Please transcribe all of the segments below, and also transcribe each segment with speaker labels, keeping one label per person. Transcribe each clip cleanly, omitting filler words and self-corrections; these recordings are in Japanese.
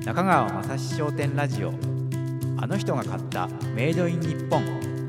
Speaker 1: 中川雅史商店ラジオ、あの人が買ったメイドイン日本。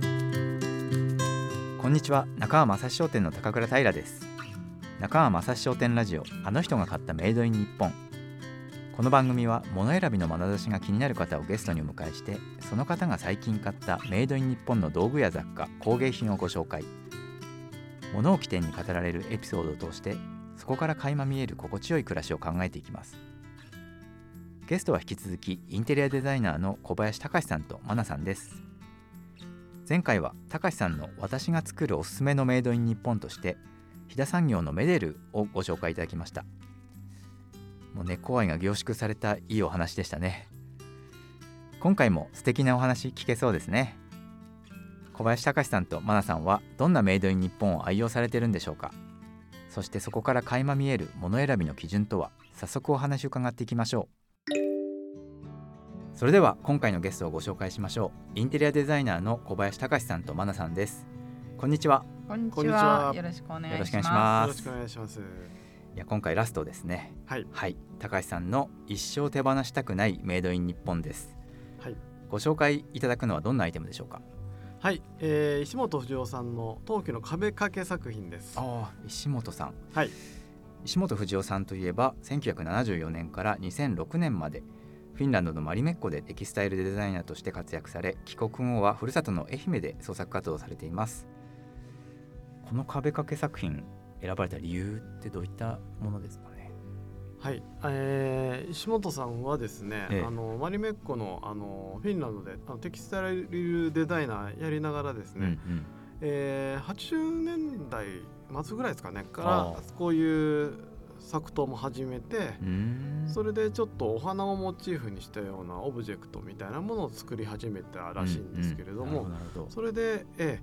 Speaker 1: こんにちは、中川雅史商店の高倉平です。中川雅史商店ラジオ、あの人が買ったメイドイン日本。この番組は物選びの眼差しが気になる方をゲストにお迎えして、その方が最近買ったメイドイン日本の道具や雑貨、工芸品をご紹介。物を起点に語られるエピソードを通して、そこから垣間見える心地よい暮らしを考えていきます。ゲストは引き続きインテリアデザイナーの小林隆さんと真奈さんです。前回は隆さんの私が作るおすすめのメイドイン日本として飛騨産業のメデルをご紹介いただきました。もう猫愛が凝縮されたいいお話でしたね。今回も素敵なお話聞けそうですね。小林隆さんと真奈さんはどんなメイドイン日本を愛用されているんでしょうか。そしてそこから垣間見える物選びの基準とは。早速お話を伺っていきましょう。それでは今回のゲストをご紹介しましょう。インテリアデザイナーの小林隆さんと真奈さんです。こんにちは。
Speaker 2: こんにちは。よろしくお願いします。
Speaker 1: よろしくお願いします。
Speaker 3: よろしくお願いします。
Speaker 1: いや、今回ラストですね。
Speaker 3: はい、
Speaker 1: はい、高橋さんの一生手放したくないメイドイン日本です。
Speaker 3: はい、
Speaker 1: ご紹介いただくのはどんなアイテムでしょうか。
Speaker 3: はい、石本不二夫さんの陶器の壁掛け作品です。
Speaker 1: 石本さん、
Speaker 3: はい、
Speaker 1: 石本不二夫さんといえば1974年から2006年までフィンランドのマリメッコでテキスタイルデザイナーとして活躍され、帰国後はふるさとの愛媛で創作活動をされています。この壁掛け作品選ばれた理由ってどういったものですかね。
Speaker 3: はい、石本さんはですね、マリメッコの、フィンランドでテキスタイルデザイナーやりながらですね、80年代末ぐらいですかねからこういう作陶も始めて、それでちょっとお花をモチーフにしたようなオブジェクトみたいなものを作り始めたらしいんですけれども、それで、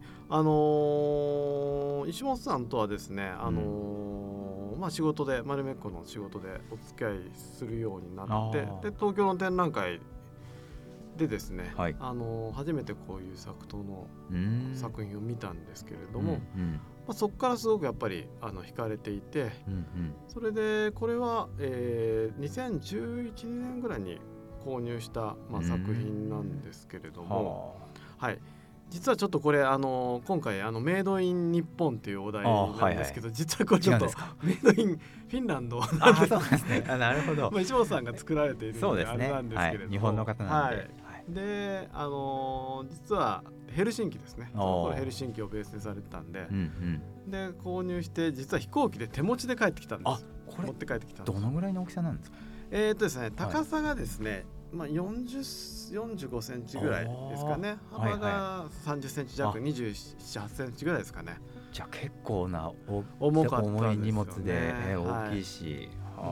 Speaker 3: 石本さんとはですね、仕事でマリメッコの仕事でお付き合いするようになって、で東京の展覧会でですね、
Speaker 1: はい、
Speaker 3: 初めてこういう作陶の作品を見たんですけれども、そこからすごくやっぱり惹かれていて、それでこれは、2011年ぐらいに購入した、作品なんですけれども、はい、実はちょっとこれ今回メイドイン日本っていうお題なんですけど、実はこれちょっとメイドインフィンランドなんです。
Speaker 1: そうですね。なるほど。
Speaker 3: 石本さんが作られているのであれなんですけれども、
Speaker 1: 日本の方なんで、
Speaker 3: で実はヘルシンキですね。これヘルシンキをベースにされてたんで、で購入して実は飛行機で手持ちで帰ってきたんです。持って帰ってきたんです。
Speaker 1: どのぐらいの大きさなんですか。
Speaker 3: ですね、高さがですね、45センチぐらいですかね。幅が30センチ弱、27、8センチぐらいですかね。
Speaker 1: じゃあ結構な
Speaker 3: 重かったんですよね。
Speaker 1: 重い荷物で、大きいし、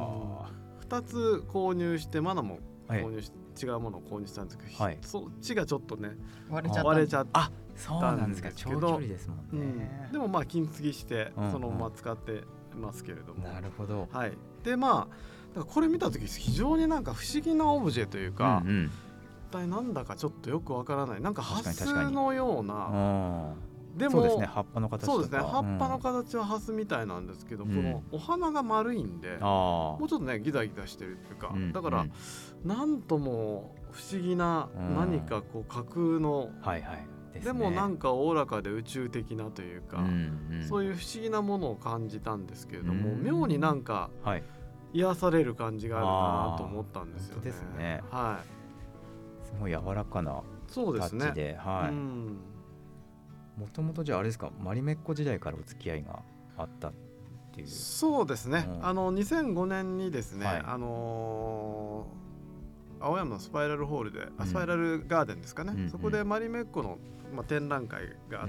Speaker 3: 2つ購入してマナも購入して、違うものを購入したんですけど、そっちがちょっとね割れちゃった
Speaker 1: そうなんですか。長距離ですもんね。
Speaker 3: でも金継ぎしてそのまま使ってますけれども。
Speaker 1: なるほど。
Speaker 3: はい。でこれ見た時非常になんか不思議なオブジェというか、一体なんだかちょっとよくわからない、なんかハスのような。でも
Speaker 1: そうですね、葉っぱの形とか。
Speaker 3: そうですね、葉っぱの形はハスみたいなんですけど、このお花が丸いんで、もうちょっとねギザギザしてるっていうか、だからなんとも不思議な何かこう架空の、でもなんかおおらかで宇宙的なというか、そういう不思議なものを感じたんですけれども、妙になんか癒される感じがあるなと思ったんですよね。
Speaker 1: ですね。
Speaker 3: はい。
Speaker 1: すごい柔らかなタッチで、もともとじゃああれですか、マリメッコ時代からお付き合いがあったっていう。
Speaker 3: そうですね。2005年にですね、青山のスパイラルホールで、スパイラルガーデンですかね。そこでマリメッコの展覧会があって、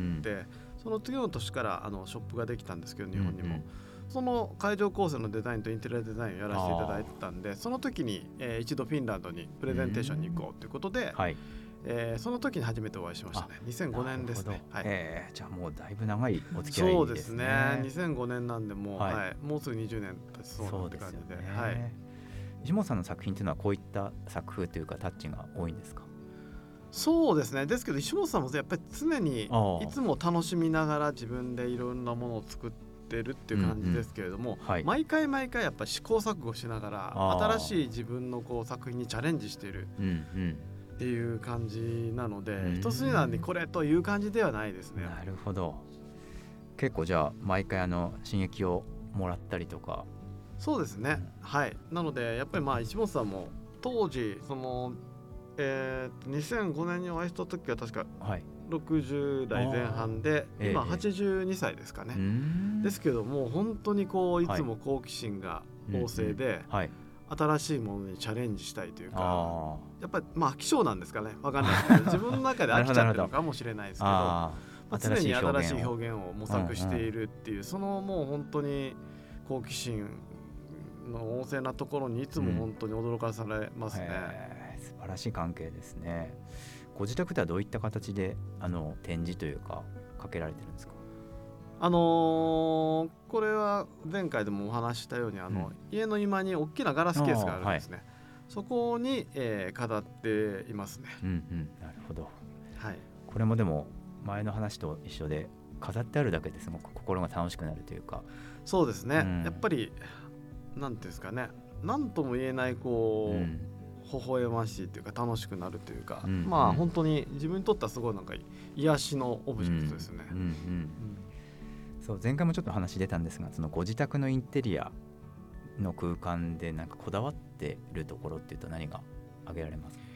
Speaker 3: その次の年からショップができたんですけど、日本にも。その会場構成のデザインとインテリアデザインをやらせていただいてたんで、その時に、一度フィンランドにプレゼンテーションに行こうということで、その時に初めてお会いしましたね。2005年ですね。
Speaker 1: じゃあもうだいぶ長いお付き合いですね。
Speaker 3: そうですね。2005年なんでもう、もうすぐ20年経ちそうなって感じで。
Speaker 1: 石本さんの作品というのはこういった作風というかタッチが多いんですか。
Speaker 3: そうですね。ですけど石本さんもやっぱり常にいつも楽しみながら自分でいろんなものを作ってってるっていう感じですけれども、
Speaker 1: はい、
Speaker 3: 毎回やっぱり試行錯誤しながら新しい自分のこう作品にチャレンジしてるっていう感じなので、一筋縄にこれという感じではないですね。
Speaker 1: なるほど。結構じゃあ毎回刺激をもらったりとか。
Speaker 3: そうですね、はい。なのでやっぱり石本さんも当時その、2005年にお会いした時は確か60代前半で、今82歳ですかね、ですけども本当にこういつも好奇心が旺盛で、新しいものにチャレンジしたいというか、やっぱり飽き性なんですかね、分かんないですけど自分の中で飽きちゃってるのかもしれないですけど常に新しい表現を模索しているっていう、そのもう本当に好奇心の旺盛なところにいつも本当に驚かされますね。
Speaker 1: 素晴らしい関係ですね。ご自宅ではどういった形で展示というかかけられてるんですか？
Speaker 3: これは前回でもお話ししたように家の居間に大きなガラスケースがあるんですね。そこに、飾っていますね。
Speaker 1: なるほど、
Speaker 3: はい。
Speaker 1: これもでも前の話と一緒で飾ってあるだけですごく心が楽しくなるというか。
Speaker 3: そうですね、やっぱりなんていうんですかね、なんとも言えないこう、微笑ましいというか楽しくなるというか、本当に自分にとってはすごいなんか癒しのオブジェクトですね。そう、
Speaker 1: 前回もちょっと話出たんですが、そのご自宅のインテリアの空間でなんかこだわってるところっていうと何が挙げられますか？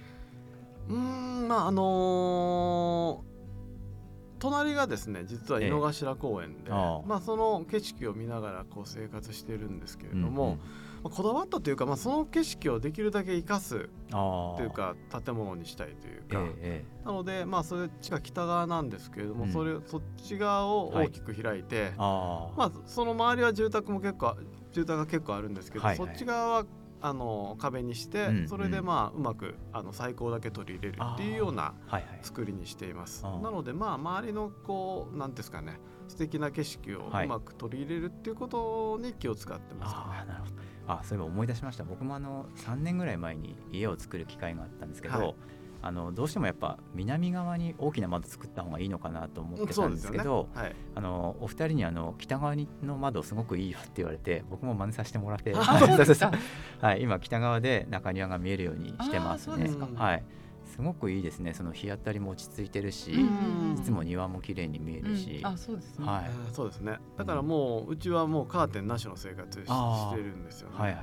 Speaker 3: 隣がですね実は井の頭公園で、その景色を見ながらこう生活しているんですけれども、こだわったというか、その景色をできるだけ生かすというか建物にしたいというか、なのでそれが北側なんですけれども、そっち側を大きく開いて、その周りは住宅が結構あるんですけど、そっち側は壁にして、それでうまく最高だけ取り入れるっていうような作りにしています。なので周りのこうなんですかね、素敵な景色をうまく取り入れるっていうことに気を使ってますかね。
Speaker 1: なるほど。そういえば思い出しました。僕も3年ぐらい前に家を作る機会があったんですけど、どうしてもやっぱ南側に大きな窓作った方がいいのかなと思ってたんですけど、お二人に北側の窓すごくいいよって言われて、僕も真似させてもらって今北側で中庭が見えるようにしてますね。すごくいいですね。その日当たりも落ち着いてるし、いつも庭も綺麗に見えるし、
Speaker 2: そうですね。
Speaker 3: そうですね。だからもううちはもうカーテンなしの生活してるんですよね。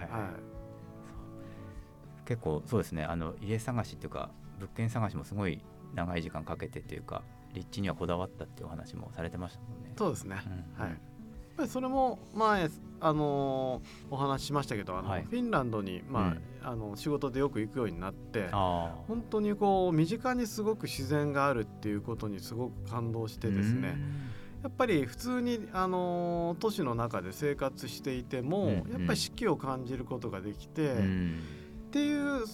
Speaker 1: 結構そうですね。家探しっていうか物件探しもすごい長い時間かけてというか、立地にはこだわったっていうお話もされてましたもんね。
Speaker 3: そうですね。やっぱりそれも前お話ししましたけど、フィンランドに仕事でよく行くようになって、本当にこう身近にすごく自然があるっていうことにすごく感動してですね、やっぱり普通に都市の中で生活していても、やっぱり四季を感じることができて、っていう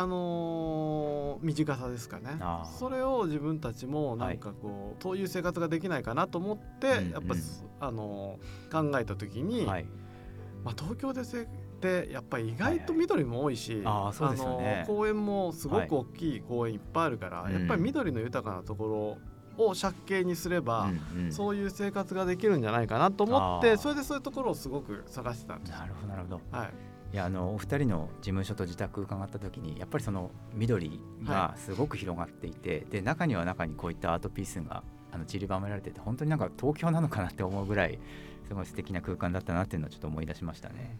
Speaker 3: 短さですかね。それを自分たちもなんかこう、そういう生活ができないかなと思って、やっぱ考えた時に、東京でやっぱり意外と緑も多いし、公園もすごく大きい公園いっぱいあるから、やっぱり緑の豊かなところを借景にすれば、そういう生活ができるんじゃないかなと思って、それでそういうところをすごく探してたんです。
Speaker 1: なるほど。いやお二人の事務所と自宅伺った時に、やっぱりその緑がすごく広がっていて、で中にこういったアートピースが散りばめられてて、本当になんか東京なのかなって思うぐらいすごい素敵な空間だったなっていうのをちょっと思い出しましたね。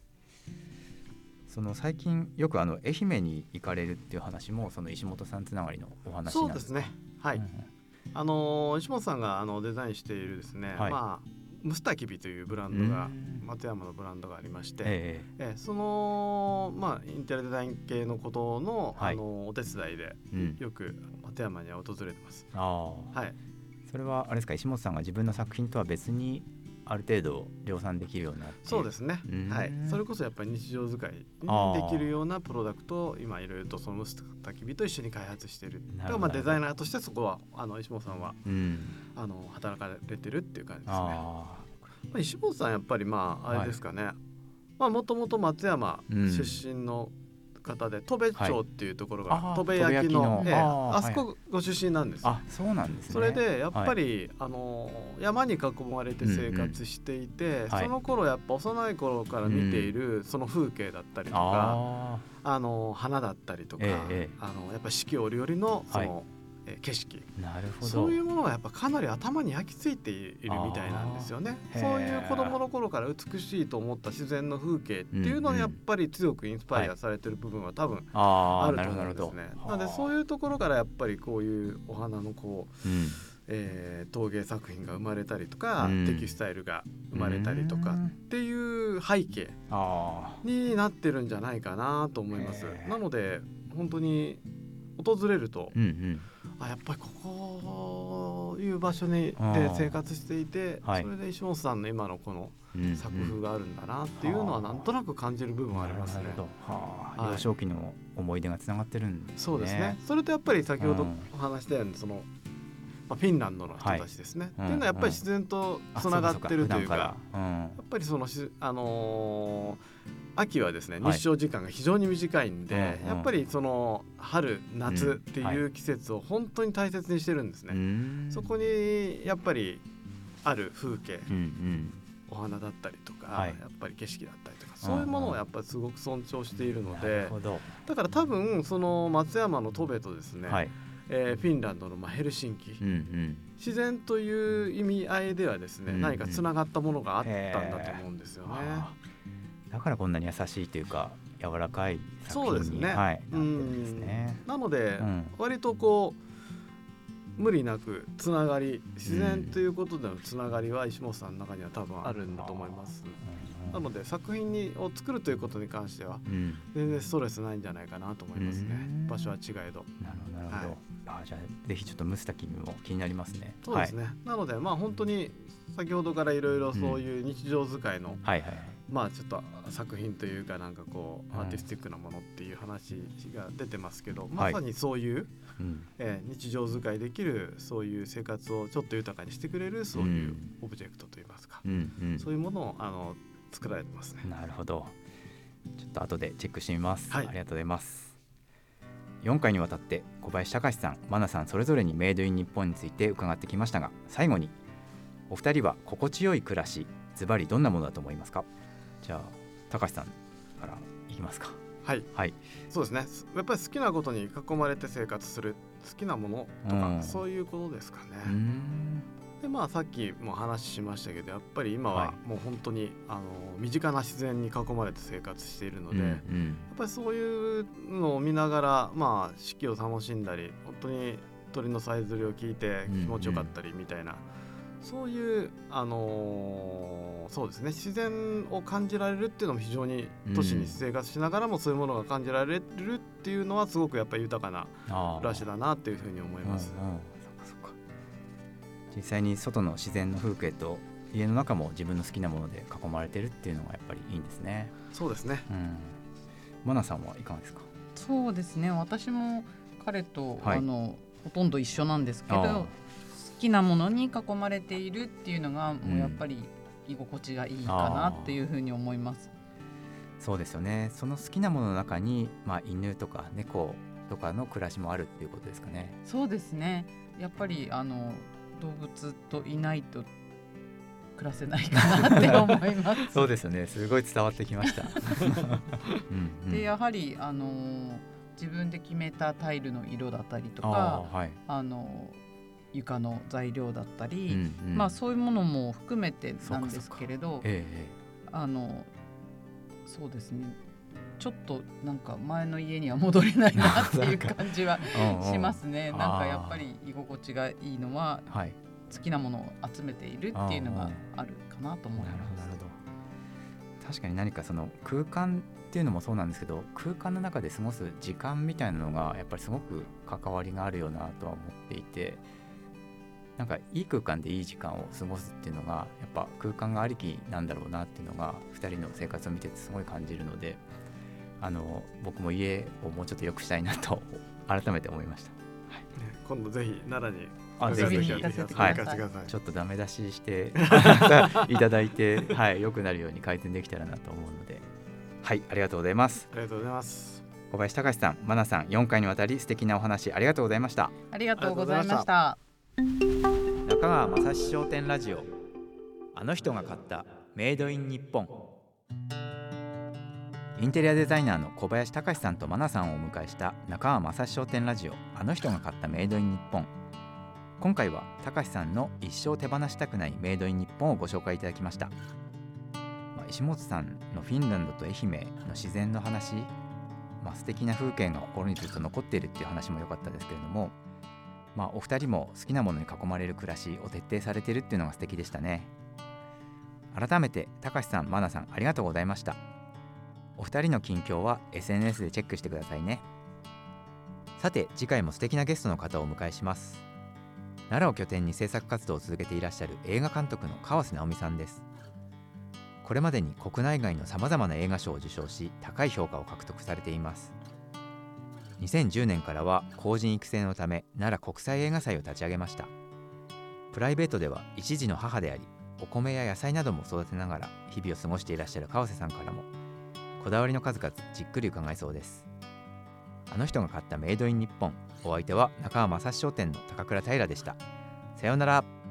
Speaker 1: その最近よく愛媛に行かれるっていう話もその石本さんつながりのお話なんですか？
Speaker 3: そうですね。石本さんがデザインしているですね、ムスタキビというブランドが、松山のブランドがありまして、そのインテリアデザイン系のことの、お手伝いでよく松山には訪れてます。
Speaker 1: それはあれですか、石本さんが自分の作品とは別にある程度量産できるようになって。
Speaker 3: そうですね。それこそやっぱり日常使いにできるようなプロダクトを今いろいろとそのムスタキビと一緒に開発している。だからデザイナーとしてそこは石本さんは、働かれてるっていう感じですね。石本さんやっぱりあれですかね、もともと松山出身の方で戸部町っていうところが、戸部焼きのあそこご出身なんです。
Speaker 1: そうなんですね。
Speaker 3: それでやっぱり、山に囲まれて生活していて、その頃やっぱ幼い頃から見ているその風景だったりとか、花だったりとか、やっぱ四季折々のその、景色、
Speaker 1: なるほど、
Speaker 3: そういうものがやっぱかなり頭に焼き付いているみたいなんですよね。そういう子供の頃から美しいと思った自然の風景っていうのにやっぱり強くインスパイアされてる部分は多分あると思うんですね。なのでそういうところからやっぱりこういうお花のこう、陶芸作品が生まれたりとか、テキスタイルが生まれたりとかっていう背景になってるんじゃないかなと思います。なので本当に訪れると、やっぱりこういう場所にで生活していて、それで石本さんの今のこの作風があるんだなっていうのはなんとなく感じる部分はありますね。
Speaker 1: 幼少期の思い出がつながってるんですね。
Speaker 3: そうですね。それとやっぱり先ほどお話したようにそのフィンランドの人たちですね、っていうのはやっぱり自然とつながってるというか、やっぱりその秋はですね、日照時間が非常に短いんで、やっぱりその春夏っていう季節を本当に大切にしてるんですね。そこにやっぱりある風景、お花だったりとか、やっぱり景色だったりとか、そういうものをやっぱりすごく尊重しているので、だから多分その松山の戸部とですね、フィンランドのヘルシンキ、自然という意味合いではですね、何かつながったものがあったんだと思うんですよね。
Speaker 1: だからこんなに優しいというか柔らかい作品になってるんですね。
Speaker 3: なので、割とこう無理なくつながり、自然ということでのつながりは石本さんの中には多分あるんだと思います。なので作品を作るということに関しては、全然ストレスないんじゃないかなと思いますね。場所は違えど。
Speaker 1: なるほど。じゃあぜひちょっとムスタキも気になりますね。
Speaker 3: そうですね。なので本当に先ほどからいろいろそういう日常使いのちょっと作品というかなんかこうアーティスティックなものっていう話が出てますけど、まさにそういう、日常使いできるそういう生活をちょっと豊かにしてくれるそういうオブジェクトといいますか、そういうものを作られてますね。
Speaker 1: なるほど。ちょっと後でチェックしてみます。ありがとうございます。4回にわたって小林隆さん、真奈さんそれぞれにメイドイン日本について伺ってきましたが、最後にお二人は心地よい暮らし、ズバリどんなものだと思いますか？じゃあ隆さんからいきますか。
Speaker 3: そうですね。やっぱり好きなことに囲まれて生活する、好きなものとか、そういうことですかね。でさっきも話しましたけど、やっぱり今はもう本当に身近な自然に囲まれて生活しているので、やっぱりそういうのを見ながら四季を楽しんだり、本当に鳥のさえずりを聞いて気持ちよかったりみたいな、そういうそうですね、自然を感じられるっていうのも非常に都市に生活しながらもそういうものが感じられるっていうのはすごくやっぱり豊かな暮らしだなっていうふうに思います。
Speaker 1: 実際に外の自然の風景と家の中も自分の好きなもので囲まれてるっていうのがやっぱりいいんですね。
Speaker 3: そうですね。
Speaker 1: マナさんはいかがですか？
Speaker 2: そうですね、私も彼と、ほとんど一緒なんですけど、好きなものに囲まれているっていうのがもうやっぱり居心地がいいかなっていうふうに思います。
Speaker 1: そうですよね。その好きなものの中に、犬とか猫とかの暮らしもあるっていうことですかね。
Speaker 2: そうですね。やっぱり動物といないと暮らせないかなって思います
Speaker 1: そうですよね。すごい伝わってきました
Speaker 2: でやはり自分で決めたタイルの色だったりとか、床の材料だったり、そういうものも含めてなんですけれど、そうですね、ちょっとなんか前の家には戻れないなっていう感じはしますね。なんかやっぱり居心地がいいのは、好きなものを集めているっていうのがあるかなと思います。
Speaker 1: なるほど。確かに何かその空間っていうのもそうなんですけど、空間の中で過ごす時間みたいなのがやっぱりすごく関わりがあるよなとは思っていて、なんかいい空間でいい時間を過ごすっていうのがやっぱ空間がありきなんだろうなっていうのが2人の生活を見ててすごい感じるので、僕も家をもうちょっと良くしたいなと改めて思いました。
Speaker 3: 今度ぜひ奈良に
Speaker 1: ぜひ
Speaker 3: 行かせてください。
Speaker 1: ちょっとダメ出ししていただいて、良くなるように改善できたらなと思うので、ありがとうございます。
Speaker 3: ありがとうございます。
Speaker 1: 小林隆さん、真奈さん、4回にわたり素敵なお話ありがとうございました。
Speaker 2: ありがとうございました。
Speaker 1: 中川雅史商店ラジオ、あの人が買ったメイドイン日本。インテリアデザイナーの小林隆さんと真奈さんをお迎えした中川雅史商店ラジオ、あの人が買ったメイドイン日本。今回は隆さんの一生手放したくないメイドイン日本をご紹介いただきました。石本さんのフィンランドと愛媛の自然の話、素敵な風景が心にずっと残っているっていう話も良かったですけれども、お二人も好きなものに囲まれる暮らしを徹底されているっていうのが素敵でしたね。改めて隆さん、真奈さん、ありがとうございました。お二人の近況は SNS でチェックしてくださいね。さて、次回も素敵なゲストの方をお迎えします。奈良を拠点に制作活動を続けていらっしゃる映画監督の川瀬直美さんです。これまでに国内外のさまざまな映画賞を受賞し、高い評価を獲得されています。2010年からは後人育成のため奈良国際映画祭を立ち上げました。プライベートでは一児の母であり、お米や野菜なども育てながら日々を過ごしていらっしゃる川瀬さんからもこだわりの数々じっくり伺えそうです。あの人が買ったメイドイン日本。お相手は中川雅史商店の高倉平でした。さようなら。